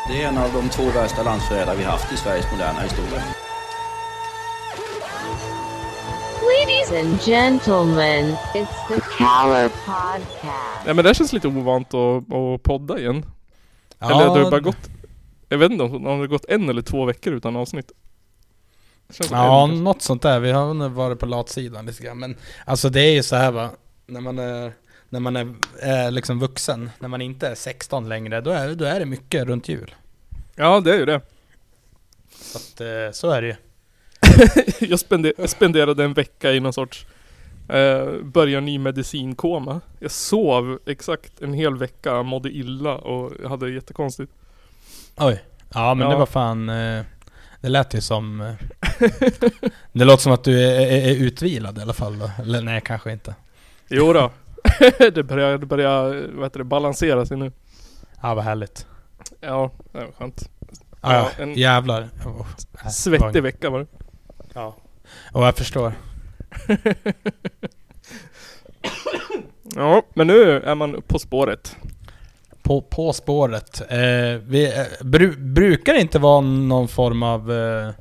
Det är en av de 2 värsta landsförrädare vi haft i Sveriges moderna historia. Ladies and gentlemen, it's the Caller Podcast. Ja, men det känns lite ovant att podda igen. Ja, Eller det har bara gått, jag vet inte om det har gått 1 eller 2 veckor utan avsnitt. Ja, något sånt där. Vi har varit på latsidan lite grann. Men alltså det är ju så här, va. När man är liksom vuxen, när man inte är 16 längre, då är det mycket runt jul. Ja, det är ju det. Så att, så är det ju. Jag spenderade en vecka i någon sorts börjar ny medicinkoma. Jag sov exakt en hel vecka, mådde illa och hade det jättekonstigt. Oj. Ja, men Ja. det var fan... det lät ju som... det låter som att du är utvilad i alla fall då. Eller nej, kanske inte. Jo då. det börjar vad heter det, balansera sig nu. Ja, vad härligt. Ja, det var skönt. Ja, en jävlar. svettig vecka var det. Ja. Och jag förstår. Ja, men nu är man på spåret. På spåret. Vi brukar det inte vara någon form av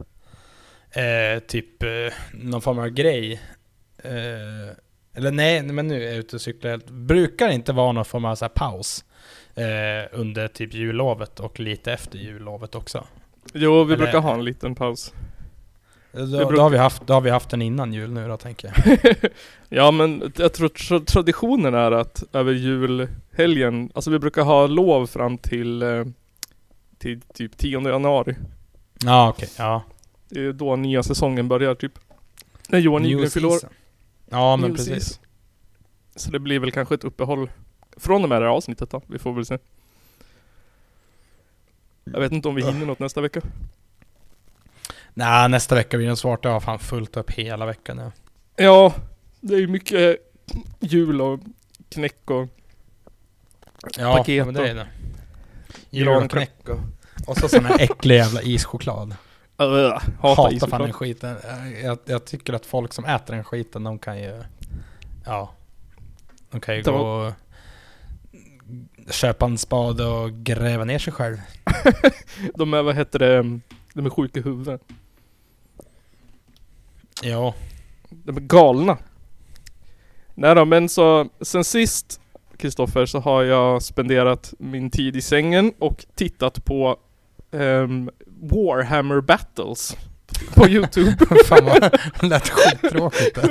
någon form av grej. Eller nej, men nu är jag ute och cyklar helt. Brukar det inte vara någon form av så här paus under typ jullovet och lite efter jullovet också? Jo, vi Eller- brukar ha en liten paus. Då har vi haft den innan jul nu då, tänker jag. Ja, men jag tror traditionen är att över julhelgen, alltså vi brukar ha lov fram till typ 10 januari. Ja, okej. Ja. Det är då nya säsongen börjar typ. När Johan Nygren fyller år. Ja, men New precis. season. Så det blir väl kanske ett uppehåll från och med det här avsnittet då. Vi får väl se. Jag vet inte om vi hinner något nästa vecka. Nej, nästa vecka blir det svårt. Jag har fan fullt upp hela veckan nu. Ja, det är ju mycket jul och knäck och Ja, paket men det är och det. Jul och knäck och så såna här äckliga jävla ischoklad. hatar is Hatar fan den såklart. skiten. Jag tycker att folk som äter den skiten, de kan ju... Ja. De kan ju Det gå var- och köpa en spade och gräva ner sig själv. De är, vad heter det, de är sjuka i huvudet. Ja. De är galna. Nej då, men så sen sist, Kristoffer, så har jag spenderat min tid i sängen och tittat på Warhammer Battles på YouTube. Fan vad lät skittråkigt där.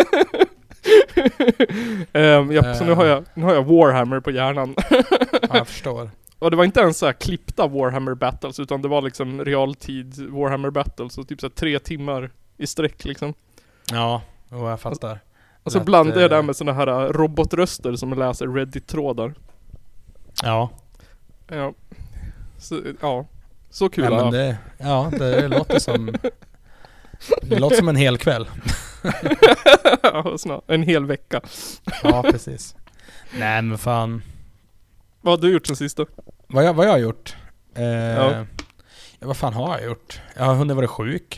Så nu har jag Warhammer på hjärnan. Ja, jag förstår. Och det var inte ens så här klippta Warhammer Battles, utan det var liksom realtid Warhammer Battles, och typ så här 3 timmar i sträck liksom. Ja, och jag fattar. Och så blandade jag det med såna här robotröster som läser Reddit-trådar. Ja. Ja. Så kul. Ja, men det låter som... Det låter som en hel kväll. Ja, en hel vecka. Ja, precis. Nej, men fan... Vad har du gjort sen sist då? Vad jag har gjort? Ja. Vad fan har jag gjort? Jag har hunnit vara sjuk.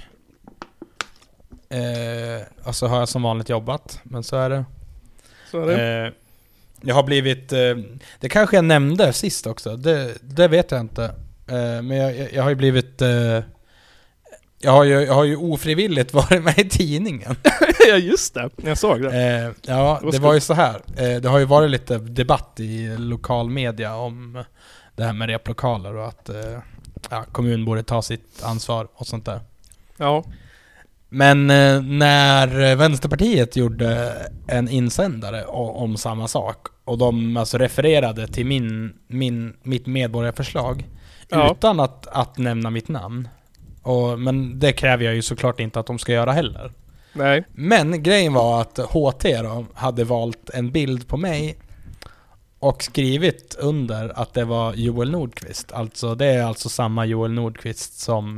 Och så har jag som vanligt jobbat. Men så är det. Så är det. Jag har blivit... det kanske jag nämnde sist också. Det vet jag inte. Men jag har ju blivit... Jag har ju ofrivilligt varit med i tidningen. Ja, just det. Jag såg det. Ja, det var ju så här. Det har ju varit lite debatt i lokal media om det här med replokaler och att kommun borde ta sitt ansvar och sånt där. Ja. Men när Vänsterpartiet gjorde en insändare om samma sak och de alltså refererade till mitt medborgarförslag utan att nämna mitt namn. Men det kräver jag ju såklart inte att de ska göra heller. Nej. Men grejen var att HT då hade valt en bild på mig och skrivit under att det var Joel Nordqvist. Alltså det är alltså samma Joel Nordqvist som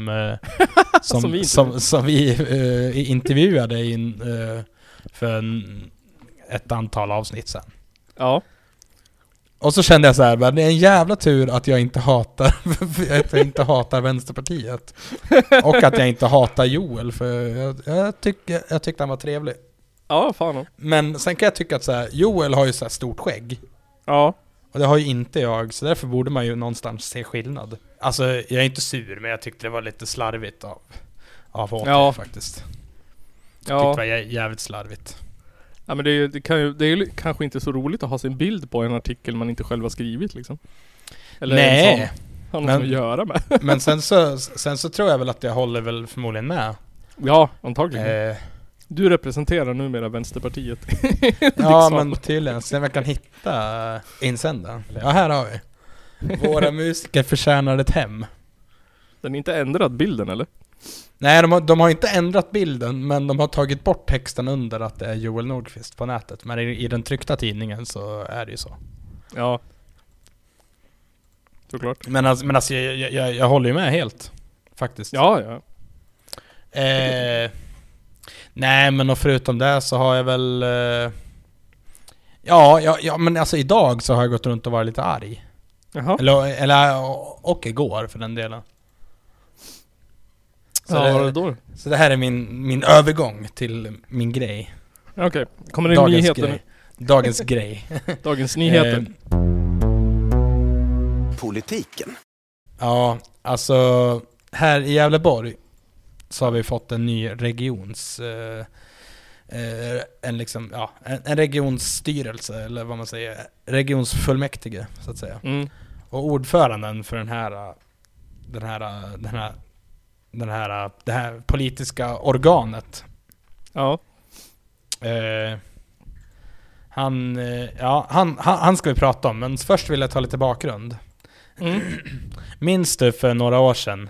vi intervjuade för ett antal avsnitt sedan. Ja. Och så kände jag så här, det är en jävla tur att jag inte hatar Vänsterpartiet. Och att jag inte hatar Joel, för jag tyckte han var trevlig. Ja, fan. Men sen kan jag tycka att så här, Joel har ju så här stort skägg. Ja. Och det har ju inte jag, så därför borde man ju någonstans se skillnad. Alltså, jag är inte sur, men jag tyckte det var lite slarvigt av HT faktiskt. Jag tyckte det var jävligt slarvigt. Ja, men det är ju kanske inte så roligt att ha sin bild på en artikel man inte själv har skrivit liksom. Eller nej, har något att göra med. Men sen så tror jag väl att jag håller väl förmodligen med. Ja, antagligen. Du representerar numera Vänsterpartiet. Ja, men tydligen. Sen vi kan hitta insändaren. Ja, här har vi. Våra musiker förtjänar ett hem. Den är inte ändrad bilden, eller? Nej, de har inte ändrat bilden, men de har tagit bort texten under att det är Joel Nordqvist på nätet. Men i den tryckta tidningen så är det ju så. Ja. Såklart. Men alltså jag håller ju med helt. Faktiskt. Ja. Nej, men och förutom det så har jag väl... Ja, men alltså idag så har jag gått runt och varit lite arg. Jaha. Och igår för den delen. Så det här är min övergång till min grej. Okej. Kommer det nyheter? Dagens grej. Dagens nyheter. Politiken. Ja, alltså här i Gävleborg så har vi fått en ny en regionsstyrelse, eller vad man säger, regionsfullmäktige så att säga. Mm. Och ordföranden för det här politiska organet. Ja. Han ska vi prata om, men först vill jag ta lite bakgrund. Mm. Minns du för några år sedan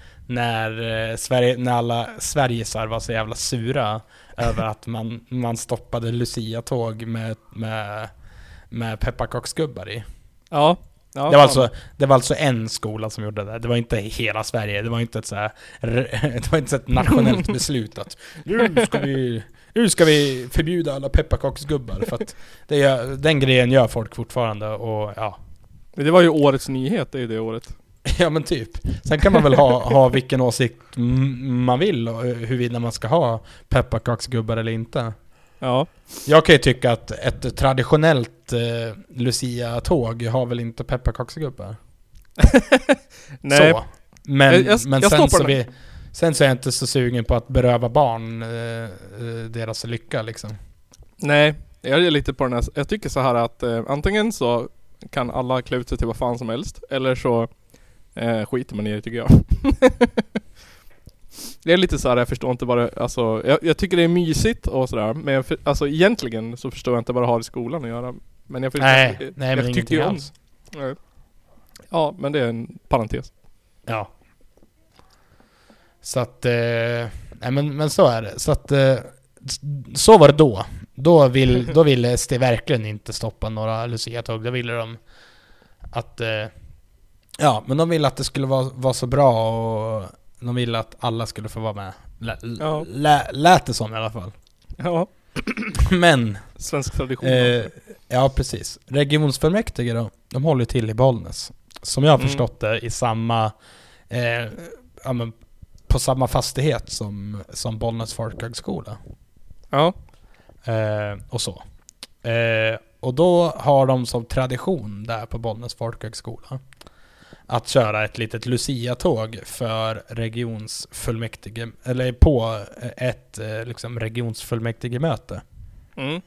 när alla Sverigesar var så jävla sura över att man stoppade Lucia-tåg med pepparkaksgubbar i? Ja. Det var alltså en skola som gjorde det. Det var inte hela Sverige. Det var inte ett nationellt beslut att nu ska vi förbjuda alla pepparkaksgubbar, för att den grejen gör folk fortfarande. Och ja. Men det var ju årets nyhet, det är det året. Ja, men typ. Sen kan man väl ha vilken åsikt man vill och huruvida man ska ha pepparkaksgubbar eller inte. Ja. Jag kan ju tycka att ett traditionellt Lucia-tåg har väl inte pepparkaksgubbar. Nej. Så. Men sen så är jag inte så sugen på att beröva barn deras lycka liksom. Nej, jag är lite på den här. Jag tycker så här att antingen så kan alla klä ut sig till vad fan som helst, eller så skiter man i det, tycker jag. Det är lite så här, jag förstår inte vad det, alltså, jag tycker det är mysigt och sådär, men alltså egentligen så förstår jag inte vad det har i skolan att göra. Men jag men tycker ju om. Ja, men det är en parentes. Ja. Så att nej, men så är det. Så att så var det då. Då ville SD verkligen inte stoppa några Lucia-tåg. Då ville de att men de ville att det skulle vara så bra, och de ville att alla skulle få vara med. Lät det som i alla fall. Ja. Men svensk tradition. Ja, precis. Regionsfullmäktige då, de håller till i Bollnäs. Som jag har förstått det, i samma på samma fastighet som Bollnäs folkhögskola. Ja. Och så. Och då har de som tradition där på Bollnäs folkhögskola att köra ett litet Lucia-tåg för regionsfullmäktige, eller på ett regionsfullmäktige-möte. Mm.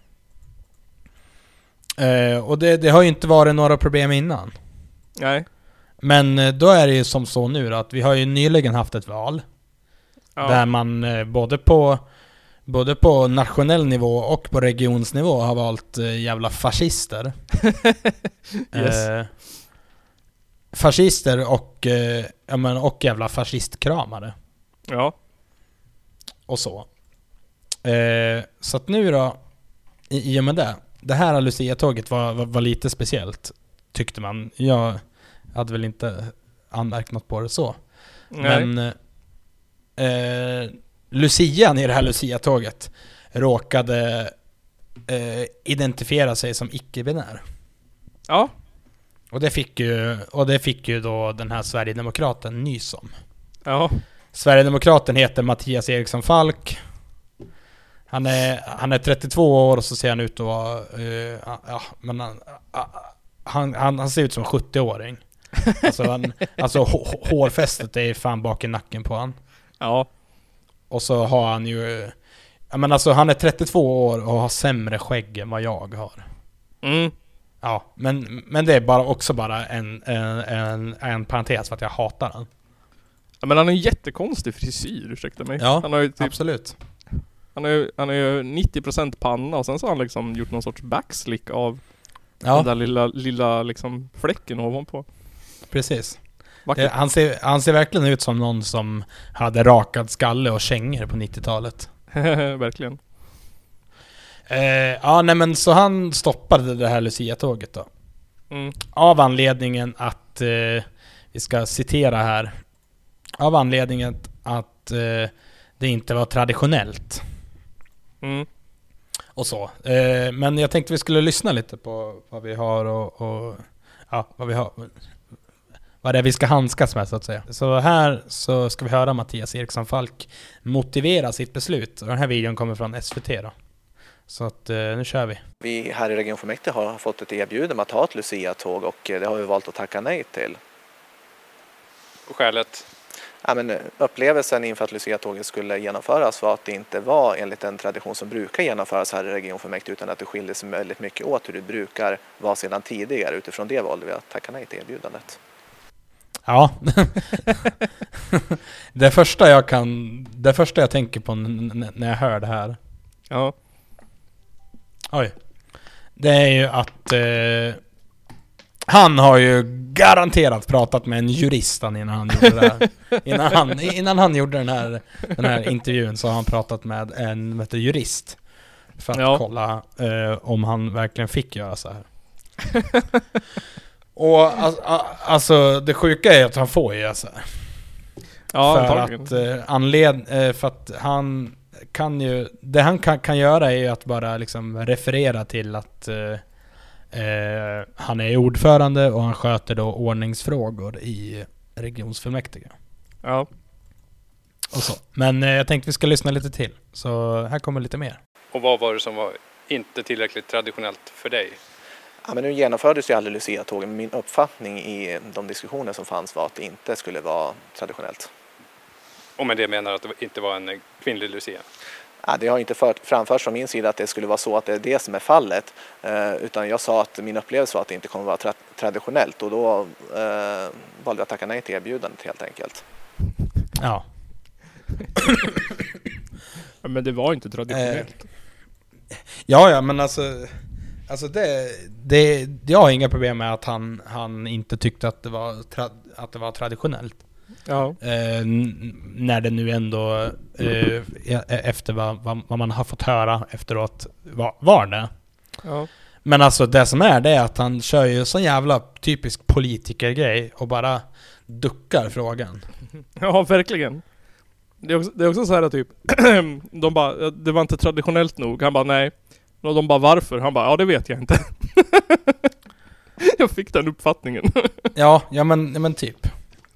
Och det har ju inte varit några problem innan. Nej. Men då är det ju som så nu då, att vi har ju nyligen haft ett val. Ja. Där man både på nationell nivå och på regionsnivå har valt jävla fascister. Yes. Fascister och jävla fascistkramare. Ja. Och så. Så att nu då, i och med det här Lucia-tåget var lite speciellt, tyckte man. Jag hade väl inte anmärkt något på det så. Nej. Men Lucian i det här Lucia-tåget råkade identifiera sig som icke-binär. Ja. Och det fick ju då den här Sverigedemokraten nys om. Ja. Sverigedemokraten heter Mattias Eriksson Falk. Han är 32 år, och så ser han ut att vara han ser ut som en 70-åring. Alltså hårfästet är fan bak i nacken på han. Ja. Och så har han ju... Men alltså han är 32 år och har sämre skägg än vad jag har. Mm. Ja, men det är också bara en parentes för att jag hatar han. Ja, men han har en jättekonstig frisyr, ursäkta mig. Ja, han har ju typ, absolut. Han är ju 90% panna och sen så har han liksom gjort någon sorts backslick av den där lilla liksom fläcken ovanpå. Precis. Han ser verkligen ut som någon som hade rakad skalle och kängor på 90-talet. Verkligen. Men så han stoppade det här Lucia-tåget då. Av anledningen att vi ska citera här. Av anledningen att det inte var traditionellt. Och så. Men jag tänkte vi skulle lyssna lite på vad vi har och vad vi har. Vad det är vi ska handskas med så att säga. Så här så ska vi höra Mattias Eriksson Falk motivera sitt beslut. Och den här videon kommer från SVT då. Så att nu kör vi. Vi här i regionfullmäktige har fått ett erbjudande att ha ett Lucia-tåg och det har vi valt att tacka nej till. Och skälet? Ja, men upplevelsen inför att Lucia-tåget skulle genomföras var att det inte var enligt den tradition som brukar genomföras här i regionfullmäktige utan att det skiljer sig väldigt mycket åt hur det brukar vara sedan tidigare. Utifrån det valde vi att tacka nej till erbjudandet. Ja. Det första jag tänker på när jag hör det här. Ja. Oj. Det är ju att han har ju garanterat pratat med en jurist innan han gjorde det här. Innan han gjorde den här intervjun så har han pratat med en jurist för att kolla om han verkligen fick göra så här. Och alltså det sjuka är att han får göra så här. Ja, för att han kan ju, det han kan göra är ju att bara liksom referera till att han är ordförande och han sköter då ordningsfrågor i regionsfullmäktige. Ja. Och så. Men jag tänkte vi ska lyssna lite till. Så här kommer lite mer. Och vad var det som var inte tillräckligt traditionellt för dig? Ja, men nu genomfördes ju aldrig Lucia-tågen. Min uppfattning i de diskussioner som fanns var att det inte skulle vara traditionellt. Och med det menar att det inte var en kvinnlig Lucia? Ja, det har inte framförts från min sida att det skulle vara så att det är det som är fallet. Utan jag sa att min upplevelse var att det inte kommer att vara traditionellt. Och då valde jag att tacka nej till erbjudandet helt enkelt. Ja. Men det var inte traditionellt. Ja, men alltså jag har inga problem med att han inte tyckte att det var traditionellt. Ja. När det nu ändå efter vad man har fått höra efteråt var det. Ja. Men alltså det som är det är att han kör ju sån jävla typisk politikergrej och bara duckar frågan. Ja, verkligen. Det är också så här typ de bara, det var inte traditionellt nog. Han bara nej. Och de bara varför? Han bara ja, det vet jag inte. Jag fick den uppfattningen. ja men typ.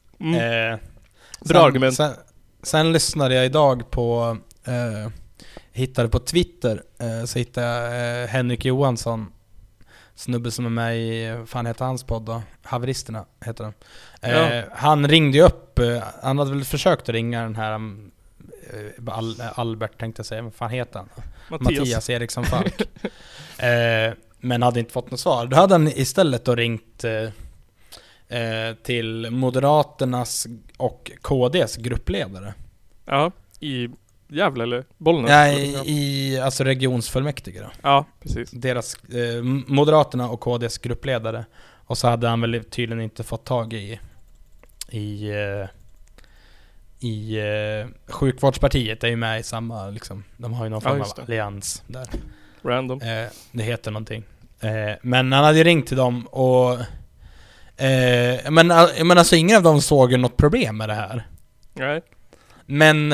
Bra argument. Sen lyssnade jag idag på hittade på Twitter så hittade jag Henrik Johansson, snubbe som är med i, fan heter hans podd då? Haveristerna heter de. Han ringde ju upp, han hade väl försökt att ringa den här Albert tänkte jag säga, vad fan heter han? Mattias Eriksson Falk. Men hade inte fått något svar. Då hade han istället då ringt till Moderaternas och KDs gruppledare. Ja, i Gävle eller Bollnäs? Nej, i alltså regionsfullmäktige då. Ja, precis. Deras Moderaterna och KDs gruppledare. Och så hade han väl tydligen inte fått tag i sjukvårdspartiet är ju med i samma liksom, de har ju någon form av allians där. Random. Det heter någonting. Men han hade ju ringt till dem och men alltså ingen av dem såg ju något problem med det här. Nej. Men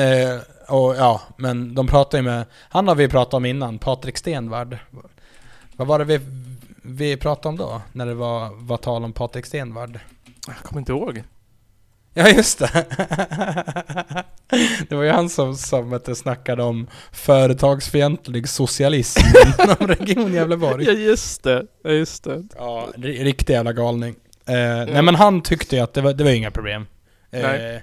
men de pratar ju med, han har vi pratat om innan, Patrik Stenvard. Vad var det vi pratade om då när det var tal om Patrik Stenvard? Jag kommer inte ihåg. Ja, just det. Det var ju han som snackade om företagsfientlig socialism inom Region Gävleborg. Ja, just det. Ja, riktig jävla galning. Nej, men han tyckte ju att det var inga problem. Nej.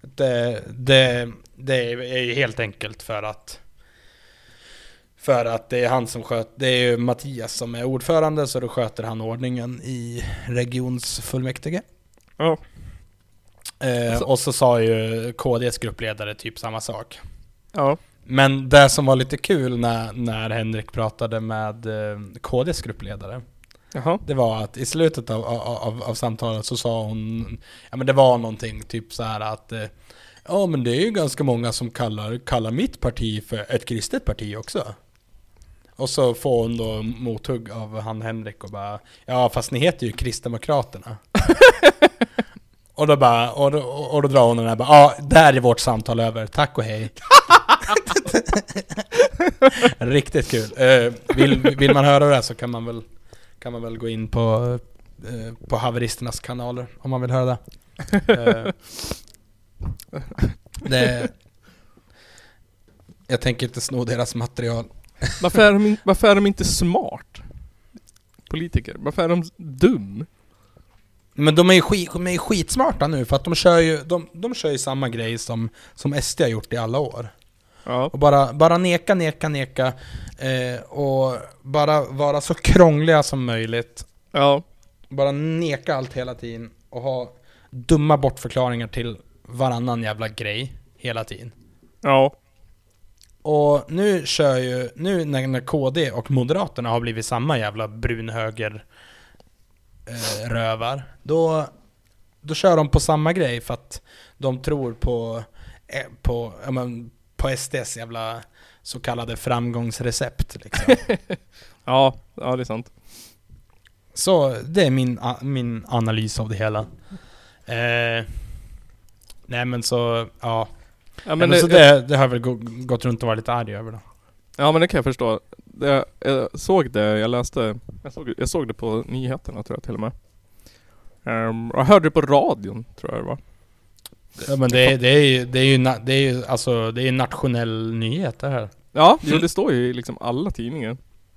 Det är ju helt enkelt för att det är han som det är ju Mattias som är ordförande, så då sköter han ordningen i regionsfullmäktige. Ja. Och så sa ju KDs gruppledare typ samma sak. Ja. Men det som var lite kul när Henrik pratade med KDs gruppledare, Jaha. det var att i slutet av samtalet så sa hon, ja men det var någonting typ så här att ja men det är ju ganska många som kallar mitt parti för ett kristet parti också. Och så får hon då mothugg av han Henrik och bara, ja fast ni heter ju Kristdemokraterna. Och då bara, och då drar hon den här bara, ja där är vårt samtal över, tack och hej. Riktigt kul. Vill man höra det så kan man väl gå in på haveristernas kanaler om man vill höra det. Jag tänker inte sno deras material. Varför är de inte smart? Politiker. Varför är de dum? Men de är ju skitsmarta nu, för att de kör ju samma grej som SD har gjort i alla år. Ja. Och bara neka och bara vara så krångliga som möjligt. Ja. Bara neka allt hela tiden och ha dumma bortförklaringar till varannan jävla grej hela tiden. Ja. Och nu när KD och Moderaterna har blivit samma jävla brunhöger rövar, då kör de på samma grej för att de tror på SDs jävla så kallade framgångsrecept liksom. Ja, det är sant. Så det är min analys av det hela. Nej men så, ja. Ja men det har väl gått runt och varit lite arg över då. Ja men det kan jag förstå. Jag såg det, jag såg det på nyheterna tror jag till och med. Jag hörde det på radion tror jag det var. Ja men det är ju nationell nyhet det här. Ja, det står ju i liksom alla tidningar.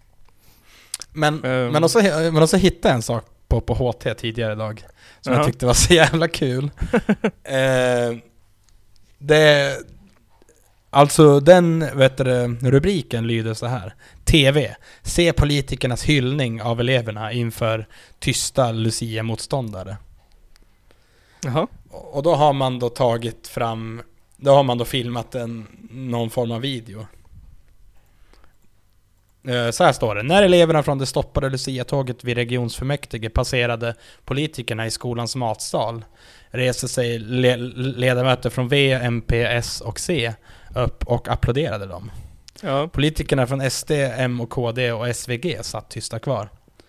Men också hittade en sak på HT tidigare idag som jag tyckte var så jävla kul. Alltså den rubriken lyder så här: TV, se politikernas hyllning av eleverna inför tysta Lucia-motståndare. Jaha. Och då har man då filmat någon form av video. Så här står det: när eleverna från det stoppade Lucia-tåget vid regionsfullmäktige passerade politikerna i skolans matsal, reser sig ledamöter från V, MP, S och C upp och applåderade dem. Ja. Politikerna från SD, M och KD och SVG satt tysta kvar.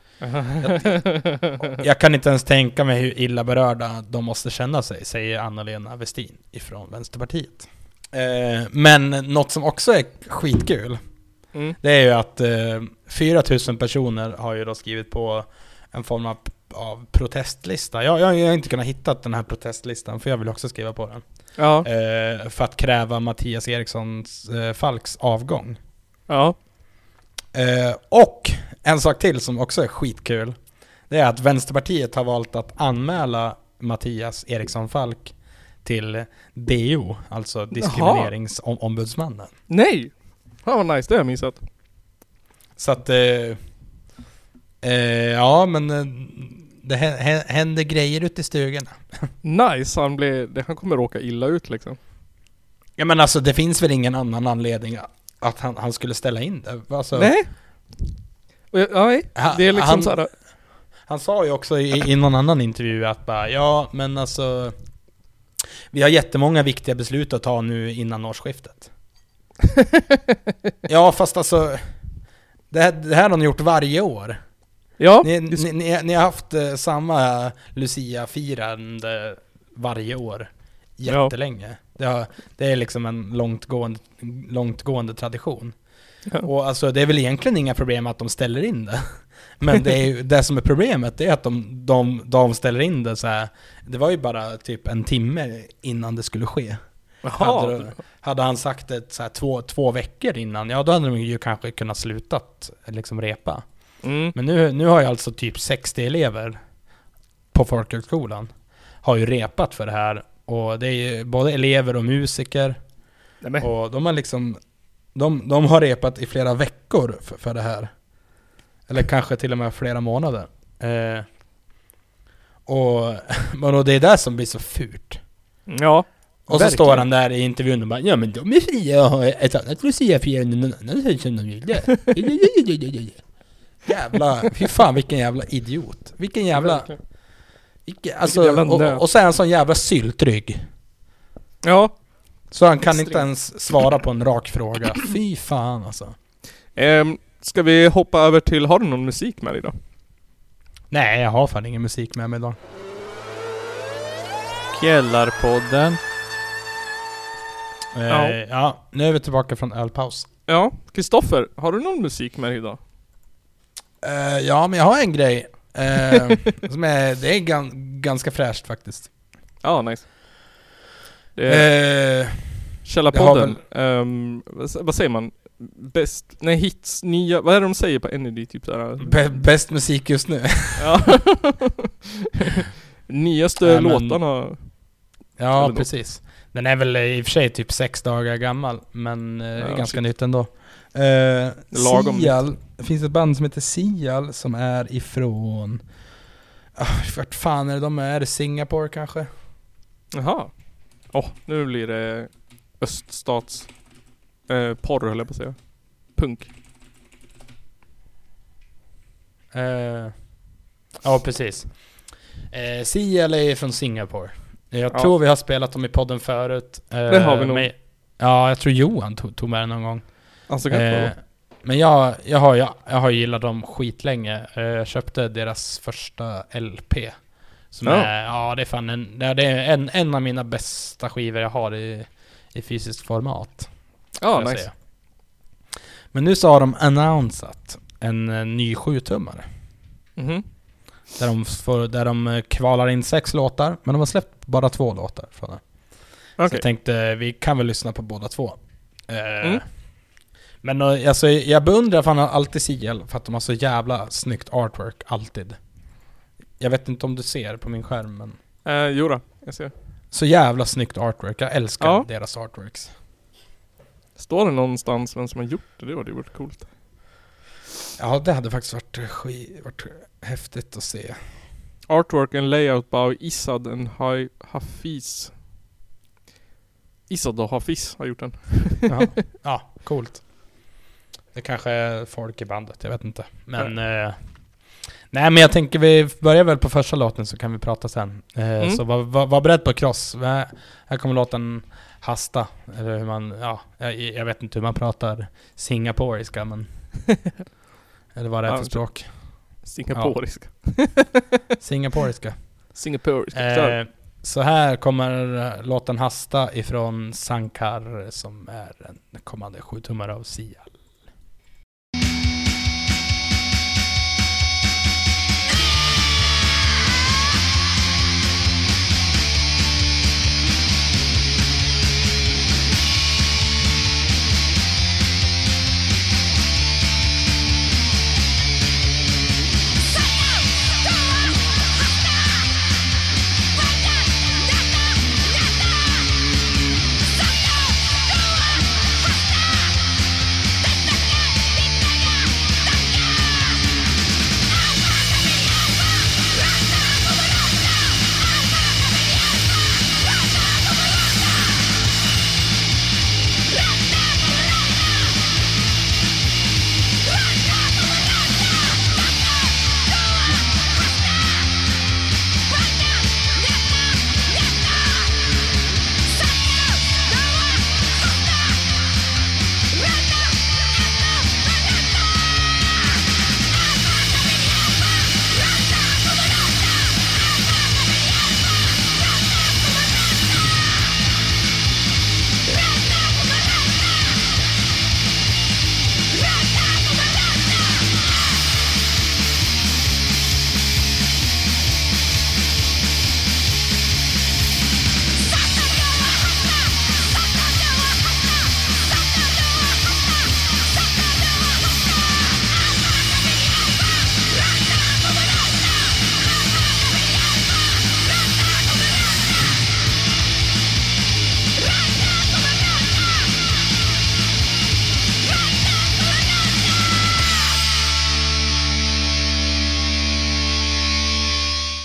Jag kan inte ens tänka mig hur illa berörda de måste känna sig, säger Anna-Lena Westin ifrån Vänsterpartiet. Men något som också är skitkul, det är ju att 4000 personer har ju då skrivit på en form av protestlista. Jag har inte kunnat hitta den här protestlistan, för jag vill också skriva på den. Ja. För att kräva Mattias Erikssons Falks avgång. Ja. Och en sak till som också är skitkul, det är att Vänsterpartiet har valt att anmäla Mattias Eriksson Falk till DO, alltså diskrimineringsombudsmannen. Nej! Vad nice, det har jag missat. Så att ja, men det händer grejer ute i stugorna. Nice, han kommer råka illa ut liksom. Ja men alltså det finns väl ingen annan anledning att han skulle ställa in det. Alltså, nej. Det är liksom så här. Han sa ju också i någon annan intervju att bara, ja men alltså vi har jättemånga viktiga beslut att ta nu innan årsskiftet. Ja fast alltså det här har ni gjort varje år. Ja. Ni har haft samma Lucia-firande varje år jättelänge. Ja. Det är liksom en långtgående tradition. Ja. Och alltså det är väl egentligen inga problem att de ställer in det. Men det är ju det som är problemet, det är att de ställer in det så här. Det var ju bara typ en timme innan det skulle ske. Hade han sagt det så här två veckor innan, ja då hade de ju kanske kunnat slutat liksom repa. Men nu har jag alltså typ 60 elever på folkhögskolan har ju repat för det här. Och det är ju både elever och musiker. Och de har liksom de har repat i flera veckor för det här. Eller kanske till och med flera månader. Och det är det som blir så fult. Ja. Och så står han där i intervjun och bara, ja men de är fria och har ett annat Lucia-fira än någon annan som de vill. Jävla, fy fan vilken jävla idiot. Vilken jävla... Alltså, och så är han sån jävla syltrygg. Ja. Så han kan inte ens svara på en rak fråga. Fy fan alltså. Ska vi hoppa över till, har du någon musik med dig då? Nej, jag har fan ingen musik med mig idag. Källarpodden. Ja, nu är vi tillbaka från ölpaus. Ja, Kristoffer, har du någon musik med dig idag? Ja, men jag har en grej. Som det är ganska fräscht faktiskt. Ja, nice. Källarpodden. Vad säger man? Bäst, nej hits, nya, vad är det de säger på Energy typ såhär? Bäst musik just nu. Ja. Nyaste låtarna. Ja, precis. Den är väl i och för sig typ 6 dagar gammal, men ganska nytt ändå. Sial, det finns ett band som heter Sial som är ifrån vart fan är det de är? Är det Singapore kanske? Jaha. Nu blir det öststats porr höll jag på att säga. Punk. Ja, precis. Sial är från Singapore. Jag tror vi har spelat dem i podden förut. Det har vi nog. Ja, jag tror Johan tog med den någon gång. Alltså, men jag har gillat dem skitlänge. Jag köpte deras första LP. Som är, det är fan det är en av mina bästa skivor jag har i fysiskt format. Ja, nice. Säga. Men nu så har de annonsat en ny 7-tummare. Där de kvalar in 6 låtar, men de har släppt bara 2 låtar från den. Okay. Så jag tänkte, vi kan väl lyssna på båda 2. Men alltså, jag beundrar fan alltid Sial för att de har så jävla snyggt artwork, alltid. Jag vet inte om du ser på min skärm, men... Jo då, jag ser. Så jävla snyggt artwork, jag älskar deras artworks. Står det någonstans vem som har gjort det? Det hade varit coolt. Ja, det hade faktiskt varit häftigt att se. Artwork and layout by Isad and Hafiz. Isad och Hafiz har gjort den. Ja, coolt. Det kanske är folk i bandet, jag vet inte. Men nej, men jag tänker vi börjar väl på första låten så kan vi prata sen. Så var beredd på cross. Här kommer låten Hasta. Eller hur man, jag vet inte hur man pratar singaporiska, men eller vad det är för språk. Singaporiska. Singaporiska. Så här kommer låten Hasta ifrån Sankar som är en kommande 7-tummare av Sial. Hasta!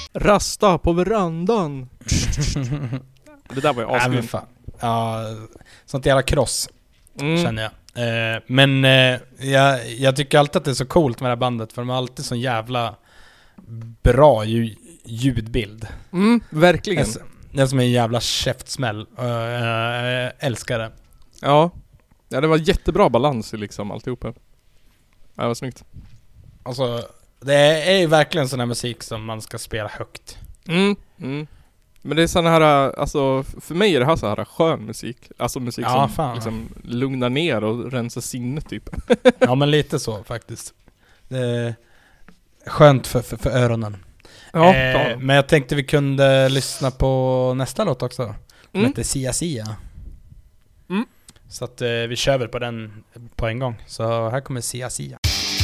Rasta på verandan. Det där var ju Nej, men asgrym. fan. Ja, sånt jävla kross Mm. känner jag. Men jag tycker alltid att det är så coolt med det här bandet, för de har alltid så jävla bra ljudbild. Verkligen. Det är som en jävla käftsmäll. Jag älskar det. Ja, det var jättebra balans i liksom alltihopa. Ja, det var snyggt. Alltså, det är ju verkligen sån här musik som man ska spela högt. Men det är sån här, alltså för mig är det här så här skön musik. Alltså musik Ja, som fan. liksom lugnar ner och rensar sinnet typ. Ja, men lite så faktiskt. Det är skönt för öronen. Ja, Men jag tänkte vi kunde lyssna på nästa låt också. Som Mm. heter Sia Sia. Mm. Så att vi kör väl på den på en gång. Så här kommer Sia Sia.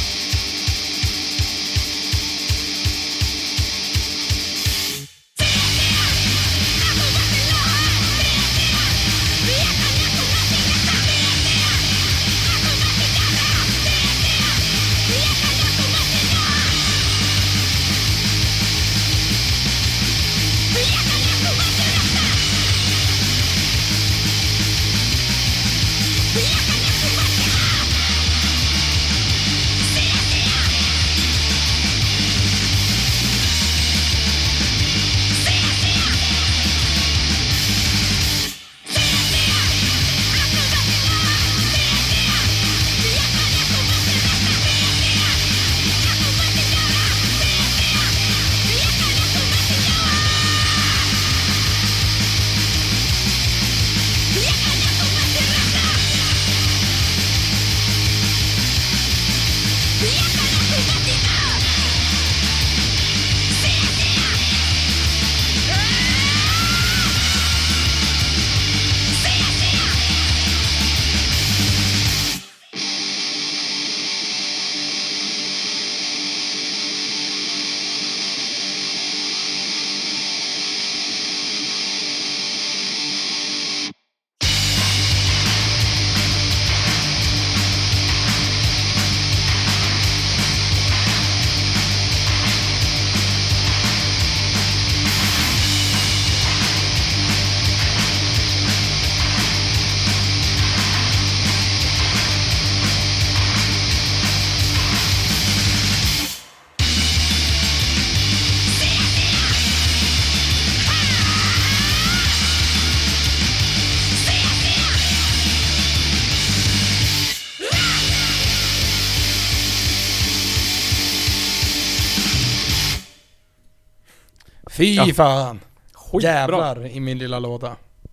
Fy Ja. fan. Skitbra. Jävlar i min lilla låda.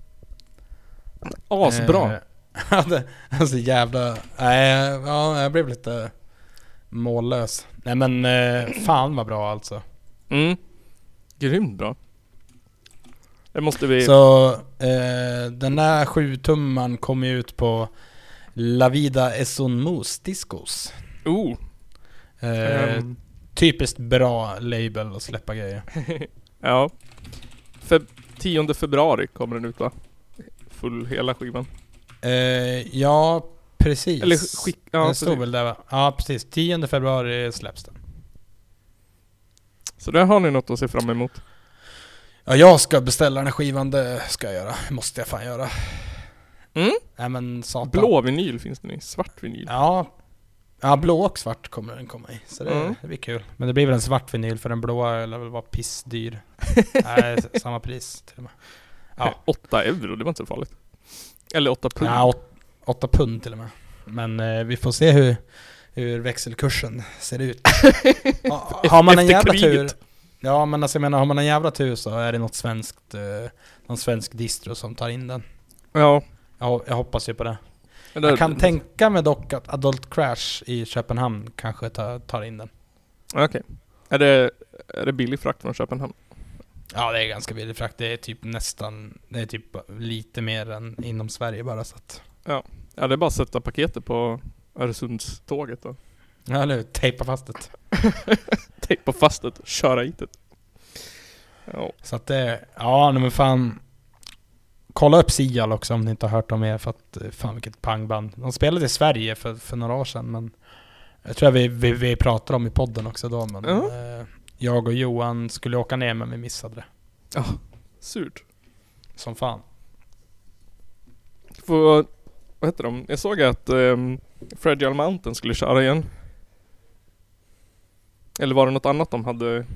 Asbra. Alltså jävla... Nej, ja, jag blev lite mållös. Nej men fan vad bra alltså. Grymt bra. Det måste vi... Så den där 7-tumman kom ju ut på La Vida es un mus discos. Typiskt bra label att släppa grejer. Ja. 10 februari kommer den ut, va? Full hela skivan. Ja, precis. Eller ja, det stod väl där, va? Ja, precis. 10 februari släpps den. Så där har ni något att se fram emot. Ja, jag ska beställa den här skivan, det ska jag göra. Måste jag fan göra. Nej men satan. Blå vinyl finns det i. Svart vinyl. Ja, blå och svart kommer den komma i. Så det blir kul. Men det blir väl en svart vinyl, för den blåa eller väl vara pissdyr. Nej, samma pris till och med. Ja. 8 euro, det var inte så farligt. Eller 8 pund. Ja, 8 pund till och med. Men vi får se hur växelkursen ser ut. Har man en jävla tur. Ja, men alltså jag menar, har man en jävla tur så är det någon svensk distro som tar in den. Ja. Jag hoppas ju på det. Jag kan tänka mig dock att Adult Crash i Köpenhamn kanske tar in den. Okej. Är det billig frakt från Köpenhamn? Ja, det är ganska billig frakt. Det är typ lite mer än inom Sverige bara, så att... Ja, det är bara att sätta paketet på Öresundståget då. Ja, eller tejpa fast det. Tejpa fast det, köra hit det. Ja. Så att det... Ja, men fan... Kolla upp Sial också om ni inte har hört dem er, för att fan vilket pangband. De spelade i Sverige för några år sedan, men jag tror vi pratar om i podden också då, men jag och Johan skulle åka ner, men vi missade det. Ja, surt. Som fan. Vad heter de? Jag såg att Fragile Mountain skulle köra igen. Eller var det något annat de hade?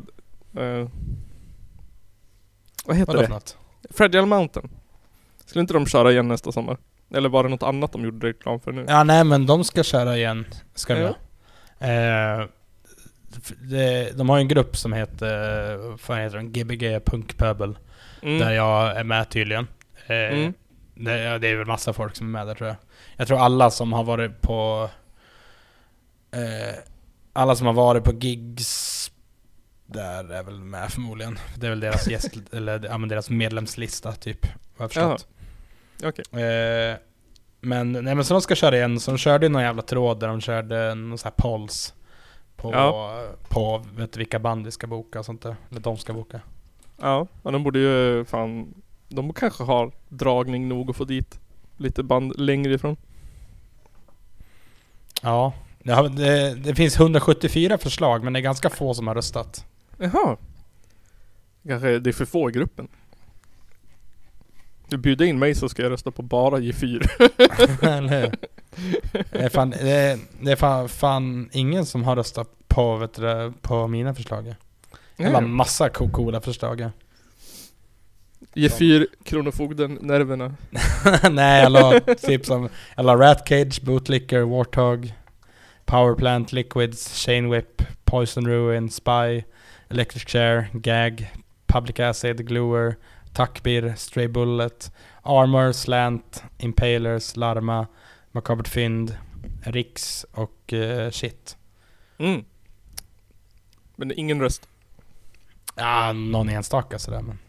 Vad heter Vadå det? för något? Fragile Mountain. Skulle inte de köra igen nästa sommar? Eller var det något annat de gjorde reklam för nu? Ja, nej, men de ska köra igen. Ska de? De har en grupp som heter, vad heter den? Gbg Punkpöbel. Där jag är med tydligen. Det är väl massa folk som är med där, tror jag. Jag tror alla som har varit på gigs där är väl med förmodligen. Det är väl deras gäst eller deras medlemslista typ, vad jag förstått. Okej. Men så de ska köra igen. Så de körde någon jävla tråd där de körde någon sån här polls på vet du vilka band vi ska boka och sånt där. Eller de ska boka. Ja, de borde ju fan... De kanske har dragning nog att få dit lite band längre ifrån. Ja, det finns 174 förslag, men det är ganska få som har röstat. Jaha. Kanske det är för få i gruppen. Du bjuder in mig så ska jag rösta på bara G4. Eller hur? Det är fan ingen som har röstat på, på mina förslag. Det var massa coola förslag. G4, Kronofogden, Nerverna. Nej, jag la Rat Cage, Bootlicker, Warthog, Powerplant, Liquids, Chain Whip, Poison Ruin, Spy, Electric Chair, Gag, Public Acid, Gluer, Takbir, Stray Bullet, Armor, Slant, Impalers, Larma, Macabert Fynd, Rix och Shit. Men ingen röst. Ja, någon enstaka sådär, men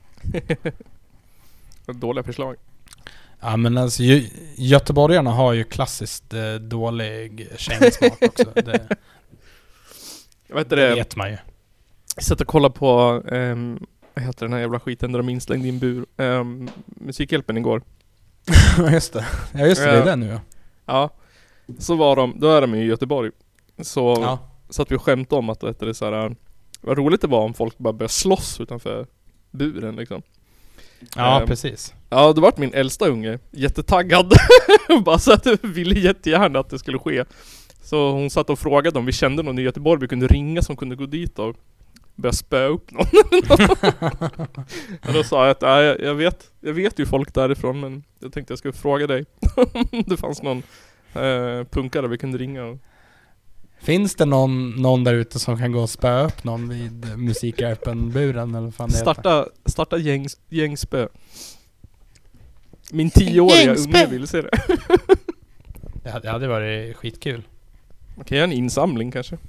dåliga förslag. Ja, men alltså göteborgarna har ju klassiskt dålig känsmak också. Jag vet inte det. Vet man ju. Jag satt och kollade på vad heter den här jävla skiten där de inslängde i en bur. Musikhjälpen igår. Just det. Ja, just det, det är det nu. Ja. Ja. Så då är de i Göteborg. Så att vi skämtade om att det är så här, vad roligt det var om folk bara började slåss utanför buren liksom. Ja, precis. Ja, det var min äldsta unge jättetaggad. Bara så att jag ville jättegärna att det skulle ske. Så hon satt och frågade om vi kände någon i Göteborg vi kunde ringa som kunde gå dit och börja spöa upp någon. Och då sa jag att jag vet ju folk därifrån, men jag tänkte jag skulle fråga dig om det fanns någon punkare vi kunde ringa. Finns det någon där ute som kan gå och spöa upp någon vid Musikhjälpen-buren eller fan det starta gängspö. Min 10-åriga unge vill se det. Det hade varit skitkul. Man kan göra en insamling kanske.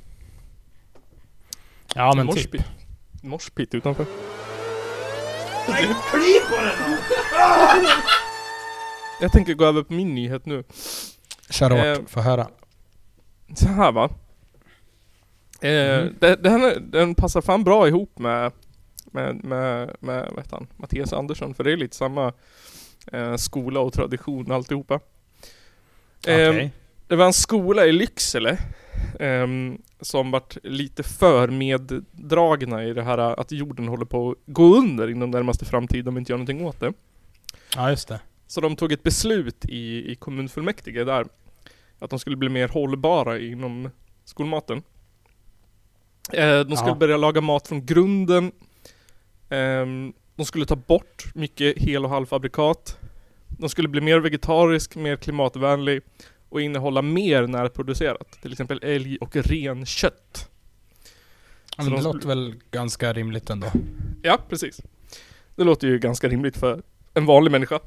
Ja, men typ. Morspit utanför. Jag tänker gå över på min nyhet nu. Kör åt, få höra. Så här va. Den passar fan bra ihop med vad heter han? Mattias Andersson, för det är lite samma skola och tradition alltihopa. Okay. Det var en skola i Lycksele som varit lite för meddragna i det här att jorden håller på att gå under inom närmaste framtid om vi inte gör någonting åt det. Ja, just det. Så de tog ett beslut i kommunfullmäktige där att de skulle bli mer hållbara inom skolmaten. De skulle börja laga mat från grunden. De skulle ta bort mycket hel- och halvfabrikat. De skulle bli mer vegetarisk, mer klimatvänlig och innehålla mer närproducerat. Till exempel älg och ren kött. Ja, men det låter väl ganska rimligt ändå. Ja, precis. Det låter ju ganska rimligt för en vanlig människa.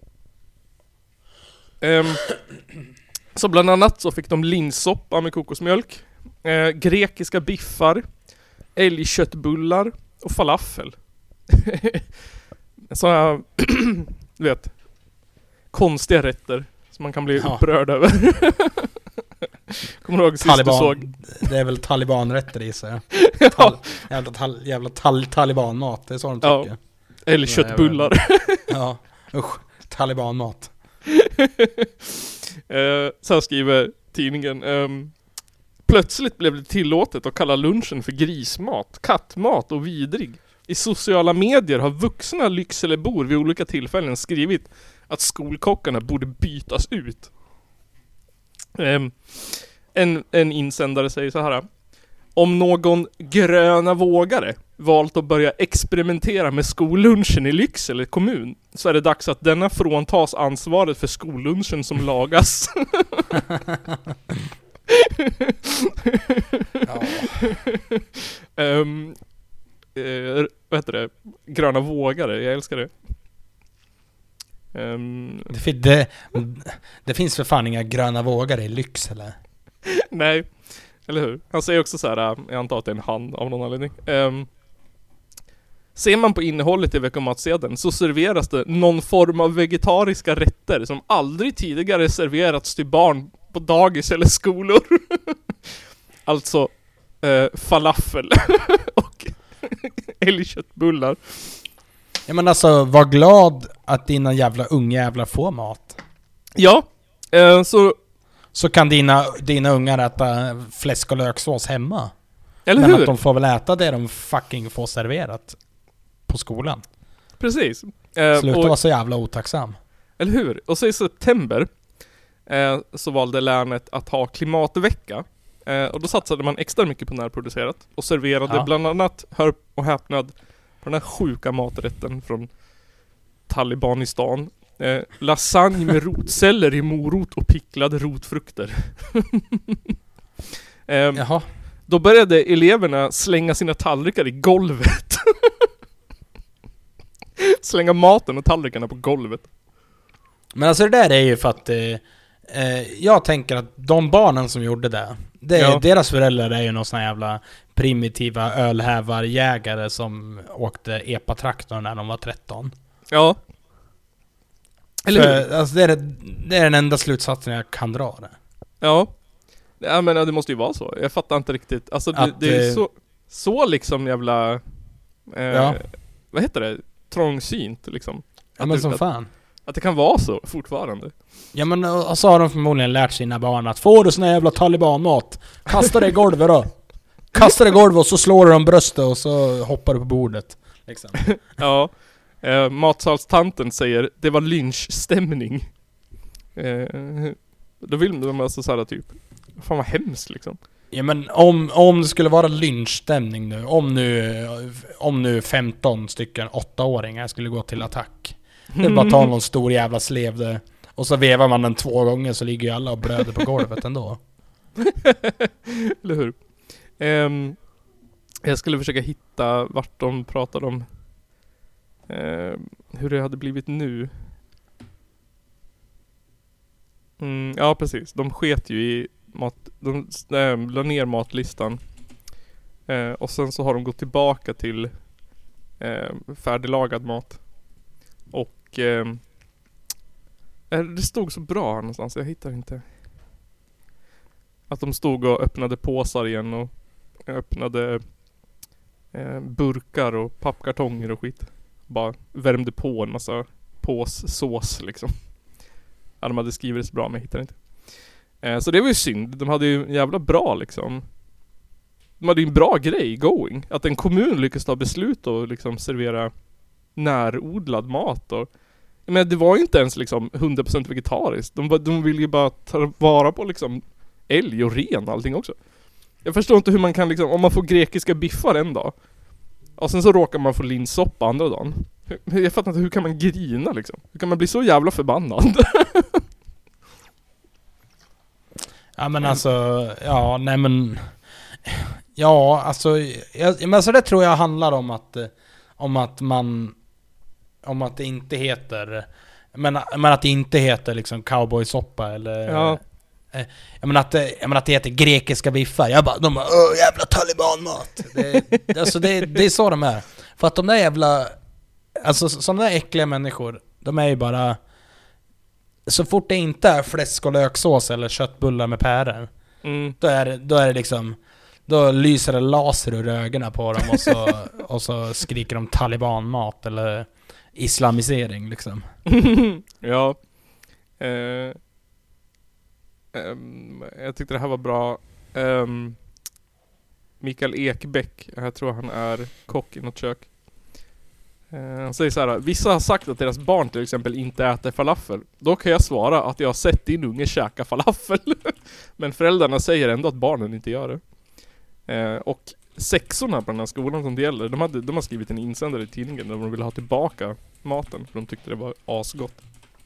Så bland annat så fick de linssoppa med kokosmjölk, grekiska biffar, älgköttbullar och falafel. Sådana, du vet, konstiga rätter som man kan bli upprörd över. Kommer du ihåg sist du såg? Det är väl talibanrätter i sig. Jävla talibanmat, det är så de tycker. Ja. Älgköttbullar. Ja, usch, talibanmat. Så här skriver tidningen. Plötsligt blev det tillåtet att kalla lunchen för grismat, kattmat och vidrig. I sociala medier har vuxna Lyckselebor vid olika tillfällen skrivit att skolkockarna borde bytas ut. En insändare säger så här: om någon gröna vågare valt att börja experimentera med skollunchen i Lycksele kommun, så är det dags att denna fråntas ansvaret för skollunchen som lagas. Vad heter det? Gröna vågare, jag älskar det. Det finns för fan inga gröna vågare i Lycksele. Nej, eller hur? Han säger också så här, jag antar att det är en hand av någon anledning. Ser man på innehållet i veckomatsedeln så serveras det någon form av vegetariska rätter som aldrig tidigare serverats till barn på dagis eller skolor. Alltså falafel och älgköttbullar. Ja, men alltså, var glad att dina jävla ungjävlar får mat. Ja, så kan dina ungar äta fläsk och löksås hemma. Eller men hur? att de får väl äta det de fucking får serverat på skolan. Precis. Sluta vara så jävla otacksam. Eller hur? Och så i september så valde länet att ha klimatvecka. Och då satsade man extra mycket på närproducerat och serverade bland annat, hör och häpnad, på den här sjuka maträtten från Talibanistan. Lasagne med rotceller i morot och picklade rotfrukter. Jaha. Då började eleverna slänga sina tallrikar i golvet. Slänga maten och tallrikarna på golvet. Men alltså det där är ju för att jag tänker att de barnen som gjorde det, deras föräldrar är ju någon sån här jävla primitiva ölhävarjägare som åkte epa-traktorn när de var 13. Ja. Eller alltså det är den enda slutsatsen jag kan dra det. Ja. Ja, men det måste ju vara så. Jag fattar inte riktigt. Alltså det är så liksom jävla vad heter det? Trångsynt liksom. Ja, men som fan. Att det kan vara så fortfarande. Ja, men och så har de förmodligen lärt sina barn att får du sån här jävla talibanmat, kasta det i golvet då. Kasta det i golvet och så slår du dem bröstet och så hoppar du på bordet liksom. Ja. Matsalstanten säger det var lynchstämning. Då vill de alltså såhär typ, fan vad hemskt liksom. Ja, men om det skulle vara lynchstämning nu, om nu 15 stycken 8-åringar skulle gå till attack. Det är bara ta någon stor jävla slev och så vevar man den 2 gånger så ligger ju alla och blöder på golvet ändå. Eller hur? Jag skulle försöka hitta vart de pratade om hur det hade blivit nu. Ja, precis. De sket ju i de la ner matlistan. Och sen så har de gått tillbaka till färdiglagad mat. Och det stod så bra någonstans, jag hittar inte. Att de stod och öppnade påsar igen och öppnade burkar och pappkartonger och skit. Bara värmde på en massa påssås liksom. Ja, de hade skrivit det så bra, men jag hittar inte. Så det var ju synd. De hade ju jävla bra liksom. De hade ju en bra grej going. Att en kommun lyckades ta beslut och liksom servera närodlad mat. Och, men det var ju inte ens liksom 100% vegetariskt. De ville ju bara ta vara på liksom älg och ren och allting också. Jag förstår inte hur man kan liksom, om man får grekiska biffar en dag och sen så råkar man få linssoppa andra dagen. Jag fattar inte, hur kan man grina liksom? Hur kan man bli så jävla förbannad? Ja, men alltså, ja, nej men ja, alltså men alltså det tror jag handlar om att det inte heter men att det inte heter liksom cowboysoppa eller jag menar att det heter grekiska biffar. De bara jävla talibanmat. Det är så de är. För att de där jävla, alltså sådana där äckliga människor, de är ju bara, så fort det inte är fläsk och löksås eller köttbullar med pärer, då är det liksom, då lyser det laser ur ögonen på dem och så skriker de talibanmat eller islamisering liksom. Ja. Jag tyckte det här var bra. Mikael Ekbäck, jag tror han är kock i något kök. Han säger så här: vissa har sagt att deras barn till exempel inte äter falafel. Då kan jag svara att jag har sett din unge käka falafel. Men föräldrarna säger ändå att barnen inte gör det. Och sexorna på den här skolan som det gäller, de har skrivit en insändare i tidningen där de ville ha tillbaka maten för de tyckte det var asgott.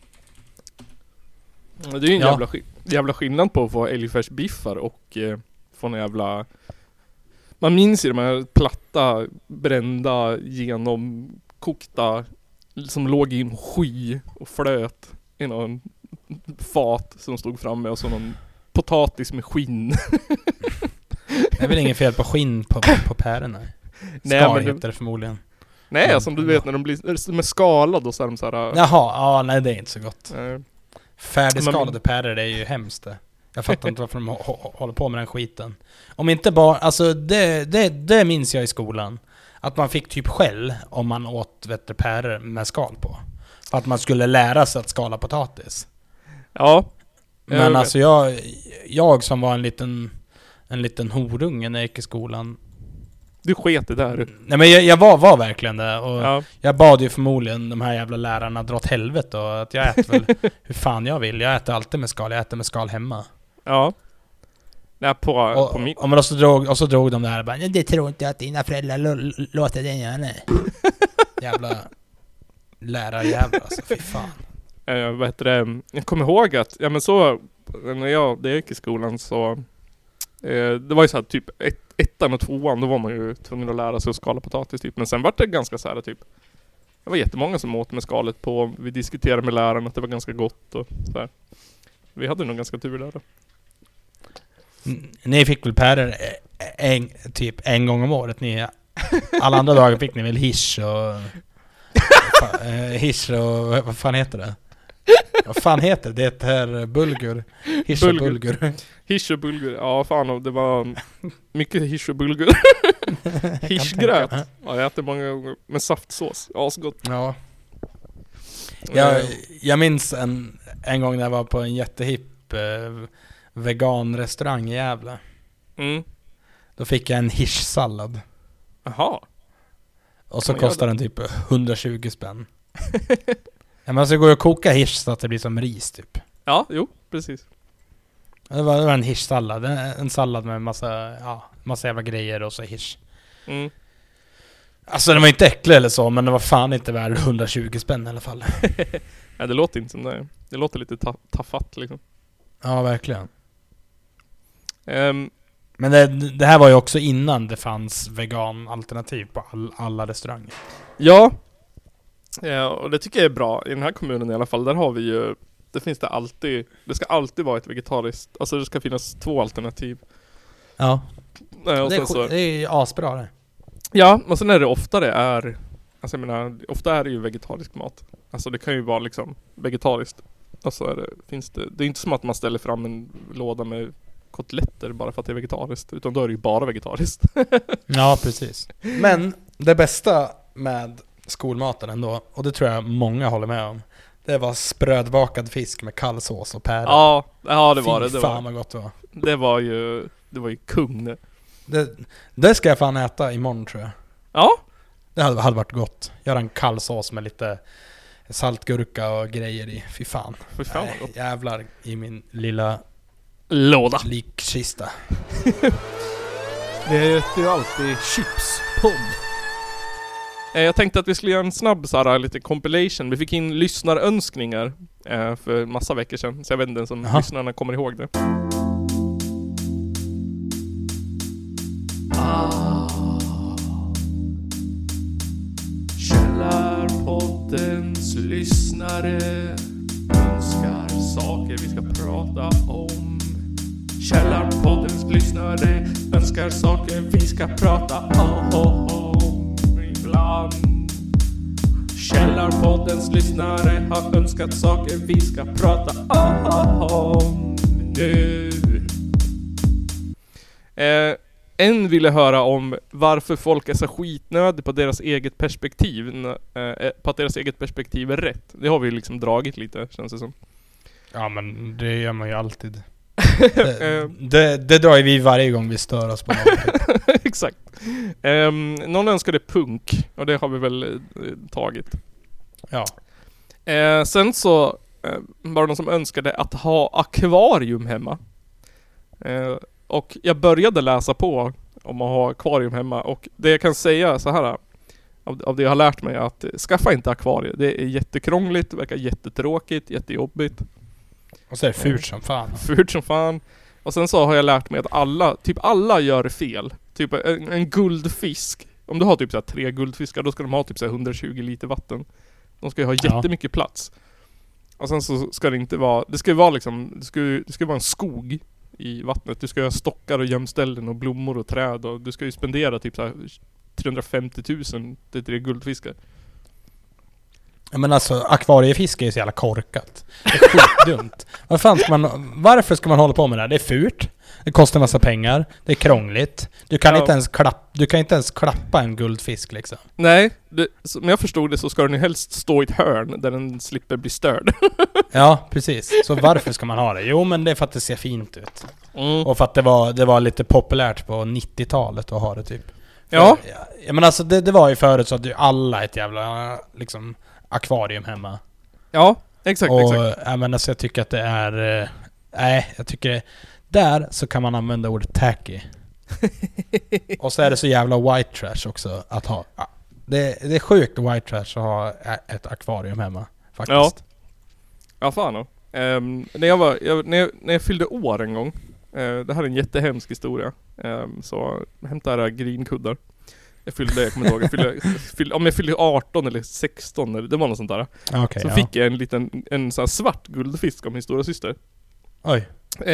Det är ju en jävla skillnad på att få älgfärsbiffar och få en jävla... Man minns ju de här platta, brända, genomkokta som låg i en sky och flöt i någon fat som stod framme och så någon potatis med skinn. Det är väl ingen fel på skinn på pärorna. Nej, heter det förmodligen. Nej, som du vet när de blir skalade och så är de så här... Jaha, nej det är inte så gott. Färdigskalade päror, det är ju hemskt det. Jag fattar inte varför de håller på med den skiten. Om inte bara, alltså det minns jag i skolan. Att man fick typ skäll om man åt päror med skal på. För att man skulle lära sig att skala potatis. Ja. Men alltså jag som var en liten horunge när jag gick i skolan. Du sket det där. Nej men jag var verkligen det. Och ja. Jag bad ju förmodligen de här jävla lärarna dra åt helvete. Och att jag äter väl hur fan jag vill. Jag äter alltid med skal. Jag äter med skal hemma. Ja. Nej, på min... Och så drog de där bara, det tror inte att dina föräldrar låter den göra. Nej. Jävla lärarjävlar alltså, fy fan. Vad heter det? Jag kommer ihåg att när jag gick i skolan så det var ju så här typ ettan och tvåan, då var man ju tvungen att lära sig att skala potatis typ. Men sen var det ganska så här typ, det var jättemånga som åt med skalet på. Vi diskuterade med läraren att det var ganska gott och så här. Vi hade nog ganska tur där då. Ni fick väl päror typ en gång om året. Alla andra dagar fick ni väl hisch och vad fan heter det? Vad fan heter det? Det är bulgur. Hisch och bulgur. Hisch och bulgur. Ja, fan, det var mycket hisch och bulgur. Hischgröt. Ja, jag äter många gånger med saftsås. Asgott. Ja. Jag minns en gång när jag var på en jättehipp veganrestaurang i Gävle. Mm. Då fick jag en hischsallad. Jaha. Och så kostar den typ 120 spänn. Ja, men så går det att koka hisch så att det blir som ris typ. Ja, jo, precis. Det var en hischsallad. En sallad med massa jävla grejer och så hisch. Mm. Alltså den var inte äcklig eller så, men det var fan inte värd 120 spänn i alla fall. Nej, det låter inte som det. Det låter lite tafatt liksom. Ja, verkligen. Men det här var ju också innan det fanns vegan-alternativ på alla restauranger. Ja, och det tycker jag är bra. I den här kommunen i alla fall, där har vi ju... Det ska alltid vara ett vegetariskt... Alltså det ska finnas 2 alternativ. Ja. Och det är asbra det. Ja, men sen är det ofta det är... Alltså jag menar, ofta är det ju vegetarisk mat. Alltså det kan ju vara liksom vegetariskt. Alltså det är inte som att man ställer fram en låda med kotletter bara för att det är vegetariskt, utan då är det ju bara vegetariskt. Ja, precis. Men det bästa med skolmaten ändå, och det tror jag många håller med om, det var sprödbakad fisk med kallsås och päror. Ja, det var det. Fy fan vad gott det var. Det var ju kung det ska jag fan äta imorgon tror jag. Ja. Det hade varit gott. Göra en kallsås med lite saltgurka och grejer i. Fy fan. Jävlar i min lilla låda. Likkista. Det heter ju alltid Chipspodd. Jag tänkte att vi skulle göra en snabb lite compilation. Vi fick in lyssnarönskningar för massa veckor sedan. Så jag vet inte ens om lyssnarna kommer ihåg det. Källarpoddens lyssnare önskar saker vi ska prata om. Källarpoddens lyssnare önskar saker vi ska prata om ibland. Källarpoddens lyssnare har önskat saker vi ska prata om nu. En ville höra om varför folk är så skitnödiga på deras eget perspektiv. På att deras eget perspektiv är rätt. Det har vi liksom dragit lite, känns det som. Ja, men det gör man ju alltid. Det drar ju vi varje gång vi stör oss på något. Exakt. Någon önskade punk, och det har vi väl tagit. Ja. Sen så var det någon som önskade att ha akvarium hemma. Och jag började läsa på om att ha akvarium hemma, och det jag kan säga så här av det jag har lärt mig, att skaffa inte akvarium. Det är jättekrångligt, det verkar jättetråkigt, jättejobbigt. Och så är det fult som fan. Fult som fan. Och sen så har jag lärt mig att alla gör fel. Typ en guldfisk. Om du har typ så här 3 guldfiskar, då ska de ha typ så här 120 liter vatten. De ska ju ha jättemycket plats. Och sen så ska det inte vara, det ska ju vara liksom, det ska vara en skog i vattnet. Du ska ha stockar och gömställen och blommor och träd, och du ska ju spendera typ så här 350 000 till 3 guldfiskar. Ja, men alltså, akvariefiske är så jävla korkat. Det är skitdumt. Varför ska man hålla på med det här? Det är fult. Det kostar en massa pengar. Det är krångligt. Du kan inte ens klappa en guldfisk liksom. Nej, som jag förstod det så ska den ju helst stå i ett hörn där den slipper bli störd. Ja, precis. Så varför ska man ha det? Jo, men det är för att det ser fint ut. Och för att det var lite populärt på 90-talet att ha det typ. Ja. Men alltså det var ju förut så att alla ett jävla liksom akvarium hemma. Ja, exakt. Ja, men alltså jag tycker att det är jag tycker där så kan man använda ordet tacky. Och så är det så jävla white trash också att ha. Det är sjukt white trash att ha ett akvarium hemma faktiskt. Ja fan då. När jag fyllde år en gång, det här är en jättehemsk historia, så hämtade jag grinkuddar. Jag kommer ihåg, om jag fyllde 18 eller 16 eller det var något sånt där. Okay, så fick jag en sån här svart guldfisk av min stora syster. Oj.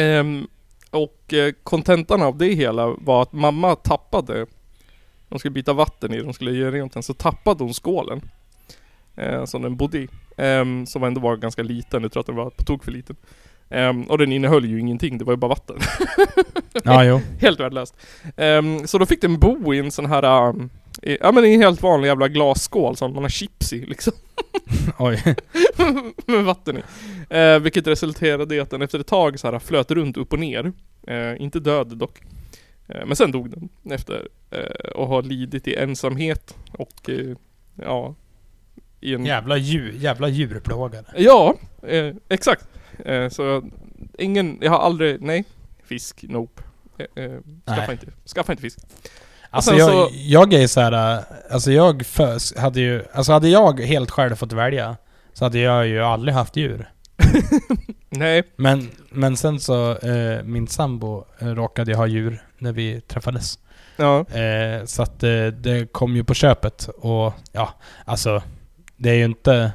Och kontentan av det hela var att mamma tappade, de skulle byta vatten i, de skulle göra rent den, så tappade hon skålen som den bodde i, som ändå var ganska liten. Jag tror att den var på tok för liten. Och den innehöll ju ingenting, det var ju bara vatten. Ja, jo. Helt värdelöst. Så då fick den bo i en sån här i en helt vanlig jävla glasskål som man har chips i liksom. Oj. Med vatten i. Vilket resulterade i att den efter ett tag så här flöt runt upp och ner. Inte död dock. Men sen dog den efter och har lidit i ensamhet och i en jävla djurplågare. Ja, exakt. Så jag har aldrig, nej, fisk, nope. Skaffa inte fisk. Alltså jag är så här, alltså hade jag helt själv fått välja så hade jag ju aldrig haft djur. Nej. Men sen så min sambo råkade ha djur när vi träffades. Ja. Så att det kom ju på köpet, och ja, alltså det är ju inte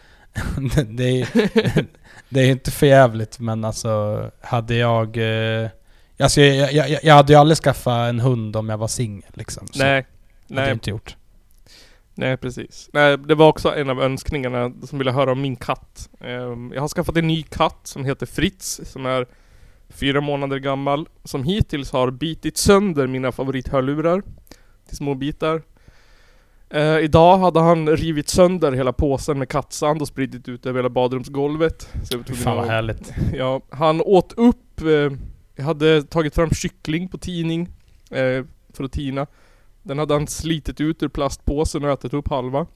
det är inte för jävligt, men alltså hade jag alltså jag hade ju aldrig skaffat en hund om jag var singel liksom. Så nej. Hade jag inte gjort. Nej, precis. Nej, det var också en av önskningarna som ville höra om min katt. Jag har skaffat en ny katt som heter Fritz, som är 4 månader gammal, som hittills har bitit sönder mina favorithörlurar till små bitar. Idag hade han rivit sönder hela påsen med kattsand och spridit ut över hela badrumsgolvet. Så fan vad härligt. Ja, han åt upp, jag hade tagit fram kyckling på tidning för att tina. Den hade han slitit ut ur plastpåsen och ätit upp halva.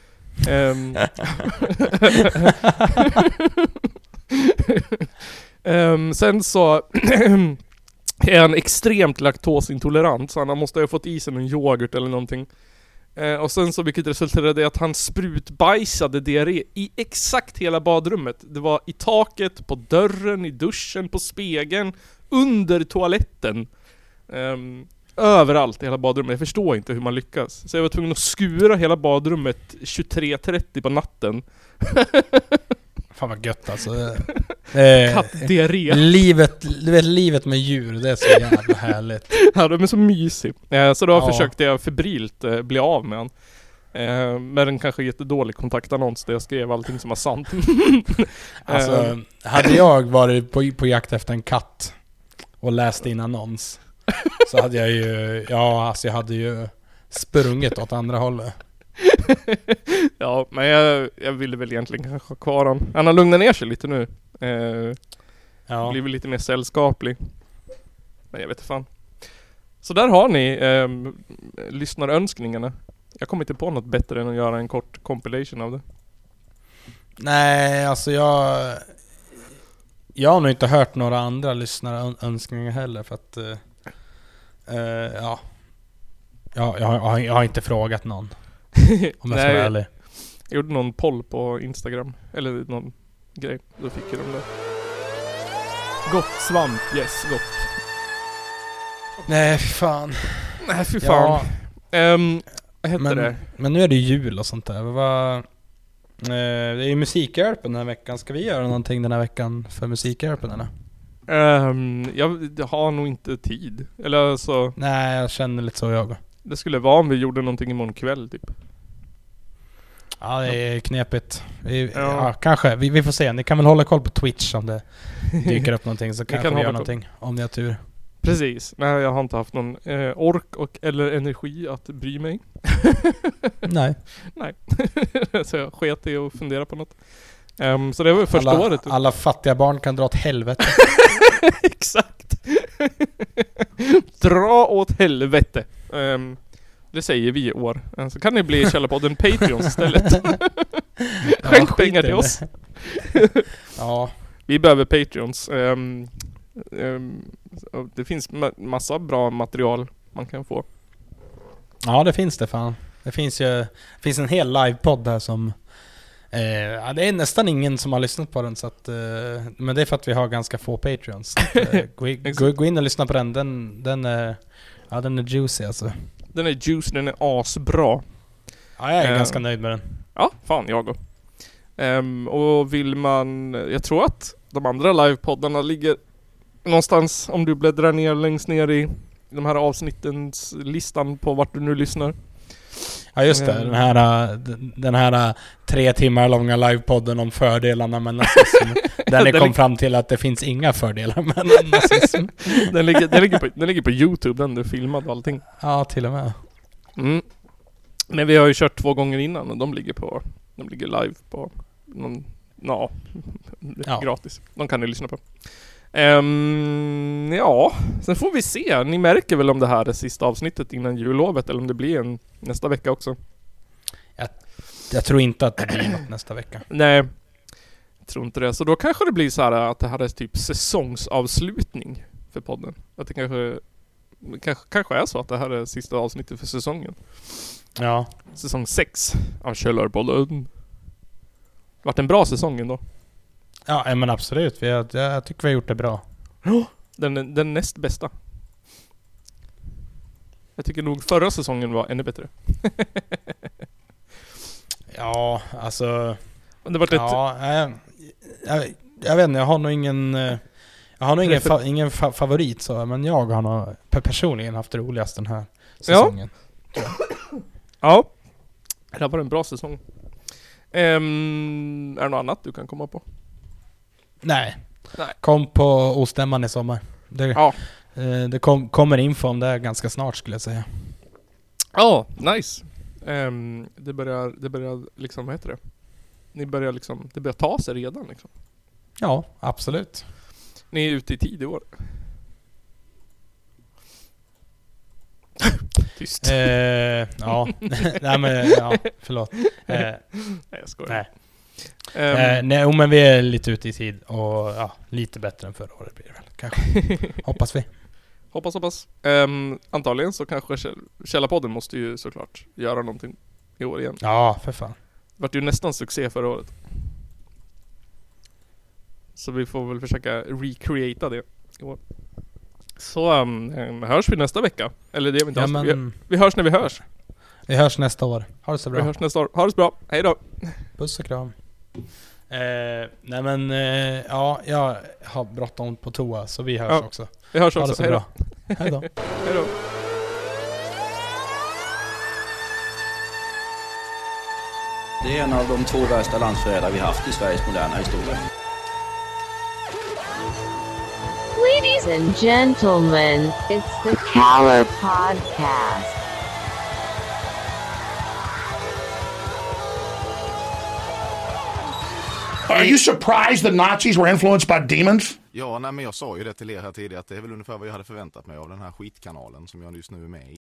Sen så är han extremt laktosintolerant, så han måste ha fått i sig en yoghurt eller någonting. Och sen så, vilket resulterade i att han sprutbajsade diarré i exakt hela badrummet. Det var i taket, på dörren, i duschen, på spegeln, under toaletten. Överallt i hela badrummet. Jag förstår inte hur man lyckas. Så jag var tvungen att skura hela badrummet 23:30 på natten. Fan vad gött alltså. Kattdiarré. Livet med djur, det är så jävla härligt. Ja, de är så mysig. Så då försökte jag febrilt bli av med han. Med en kanske jättedålig kontaktannons där jag skrev allting som var sant. Alltså, hade jag varit på jakt efter en katt och läst in annons, så hade jag ju, jag hade ju sprungit åt andra hållet. Ja, men jag ville väl egentligen kanske ha kvar honom. Han har lugnat ner sig lite nu. Ja. Blir lite mer sällskaplig. Men jag vet inte fan. Så där har ni lyssnarönskningarna. Jag kommer inte på något bättre än att göra en kort compilation av det. Nej, alltså jag har nog inte hört några andra lyssnarönskningar heller för att ja. Jag har inte frågat någon. Om jag ska vara ärlig. Jag gjorde någon poll på Instagram. Eller någon grej. Då fick jag dem där. Gott svamp. Yes, gott. Nej, fy fan. Nej, fy fan. Ja, vad heter det? Men nu är det jul och sånt där. Det är ju Musikhjälpen den här veckan. Ska vi göra någonting den här veckan för Musikhjälpen eller? Jag har nog inte tid. Eller så. Nej, jag känner lite så jag. Det skulle vara om vi gjorde någonting imorgon kväll typ. Ja, det är knepigt. Ja, kanske. Vi får se. Ni kan väl hålla koll på Twitch om det dyker upp någonting. Så kanske vi gör någonting om ni har tur. Precis. Nej, jag har inte haft någon ork eller energi att bry mig. Nej. Nej. Så jag sket i att fundera på något. Så det var första året. Alla fattiga barn kan dra åt helvete. Exakt. Dra åt helvete. Det säger vi i år. Så kan ni bli Källarpodden Patreons istället. Skänk pengar till oss. Ja. Vi behöver Patreons. Det finns massa bra material man kan få. Ja, det finns det fan. Det finns en hel livepodd där som det är nästan ingen som har lyssnat på den så att, men det är för att vi har ganska få Patreons. Gå in och lyssna på den. Den är juicy alltså. Den är juicy, den är asbra. Ja, jag är ganska nöjd med den. Ja, fan jag går. Och vill man, jag tror att de andra livepoddarna ligger någonstans, om du bläddrar ner längst ner i de här avsnittens listan på vart du nu lyssnar. Ja just det, den här 3 timmar långa livepodden om fördelarna med nazism. Där ni kom fram till att det finns inga fördelar med nazism. Den ligger på YouTube, den du filmade och allting. Ja, till och med. Men vi har ju kört 2 gånger innan och de ligger live på någon, gratis. De kan ni lyssna på. Ja, sen får vi se. Ni märker väl om det här är sista avsnittet innan jullovet eller om det blir en nästa vecka också. Jag tror inte att det blir något nästa vecka. Nej, jag tror inte det. Så då kanske det blir så här att det här är typ säsongsavslutning för podden. Att det kanske är så att det här är sista avsnittet för säsongen. Ja. Säsong 6 av Källarpodden. Vart en bra säsong ändå. Ja, men absolut. Jag tycker vi har gjort det bra. Den näst bästa. Jag tycker nog förra säsongen var ännu bättre. Ja, alltså... Det var jag vet inte, jag har nog ingen favorit så, men jag har nog personligen haft roligast den här säsongen. Ja. Det var en bra säsong. Är det något annat du kan komma på? Nej. Kom på Ostämman i sommar. Det kommer info om det ganska snart skulle jag säga. Ja, nice. Det börjar liksom, vad heter det? Det börjar ta sig redan liksom. Ja, absolut. Ni är ute i tid i år. Tyst. Ja. Nej men ja, förlåt. Nej, jag skojar. Nej, men vi är lite ute i tid och lite bättre än förra året blir det väl kanske. Hoppas vi. Hoppas. Antagligen så kanske Källarpodden måste ju såklart göra någonting i år igen. Ja, för fan. Det vart ju nästan succé förra året. Så vi får väl försöka recreata det i år. Så hörs vi nästa vecka. Eller det är vi inte alls. Vi hörs när vi hörs. Vi hörs nästa år. Ha det så bra. Vi hörs nästa år. Ha det så bra. Hej då. Puss och kram. Jag har bråttom på toa så vi hörs också. Vi hörs också. Ha det så bra. Hej då. Hej då. Det är en av de 2 värsta landsförrädare vi haft i Sveriges moderna historia. Ladies and gentlemen, it's the Caller Podcast. Are you surprised the Nazis were influenced by demons? Ja, nej, men jag sa ju det till er här tidigare att det är väl ungefär vad jag hade förväntat mig av den här skitkanalen som jag just nu är med i.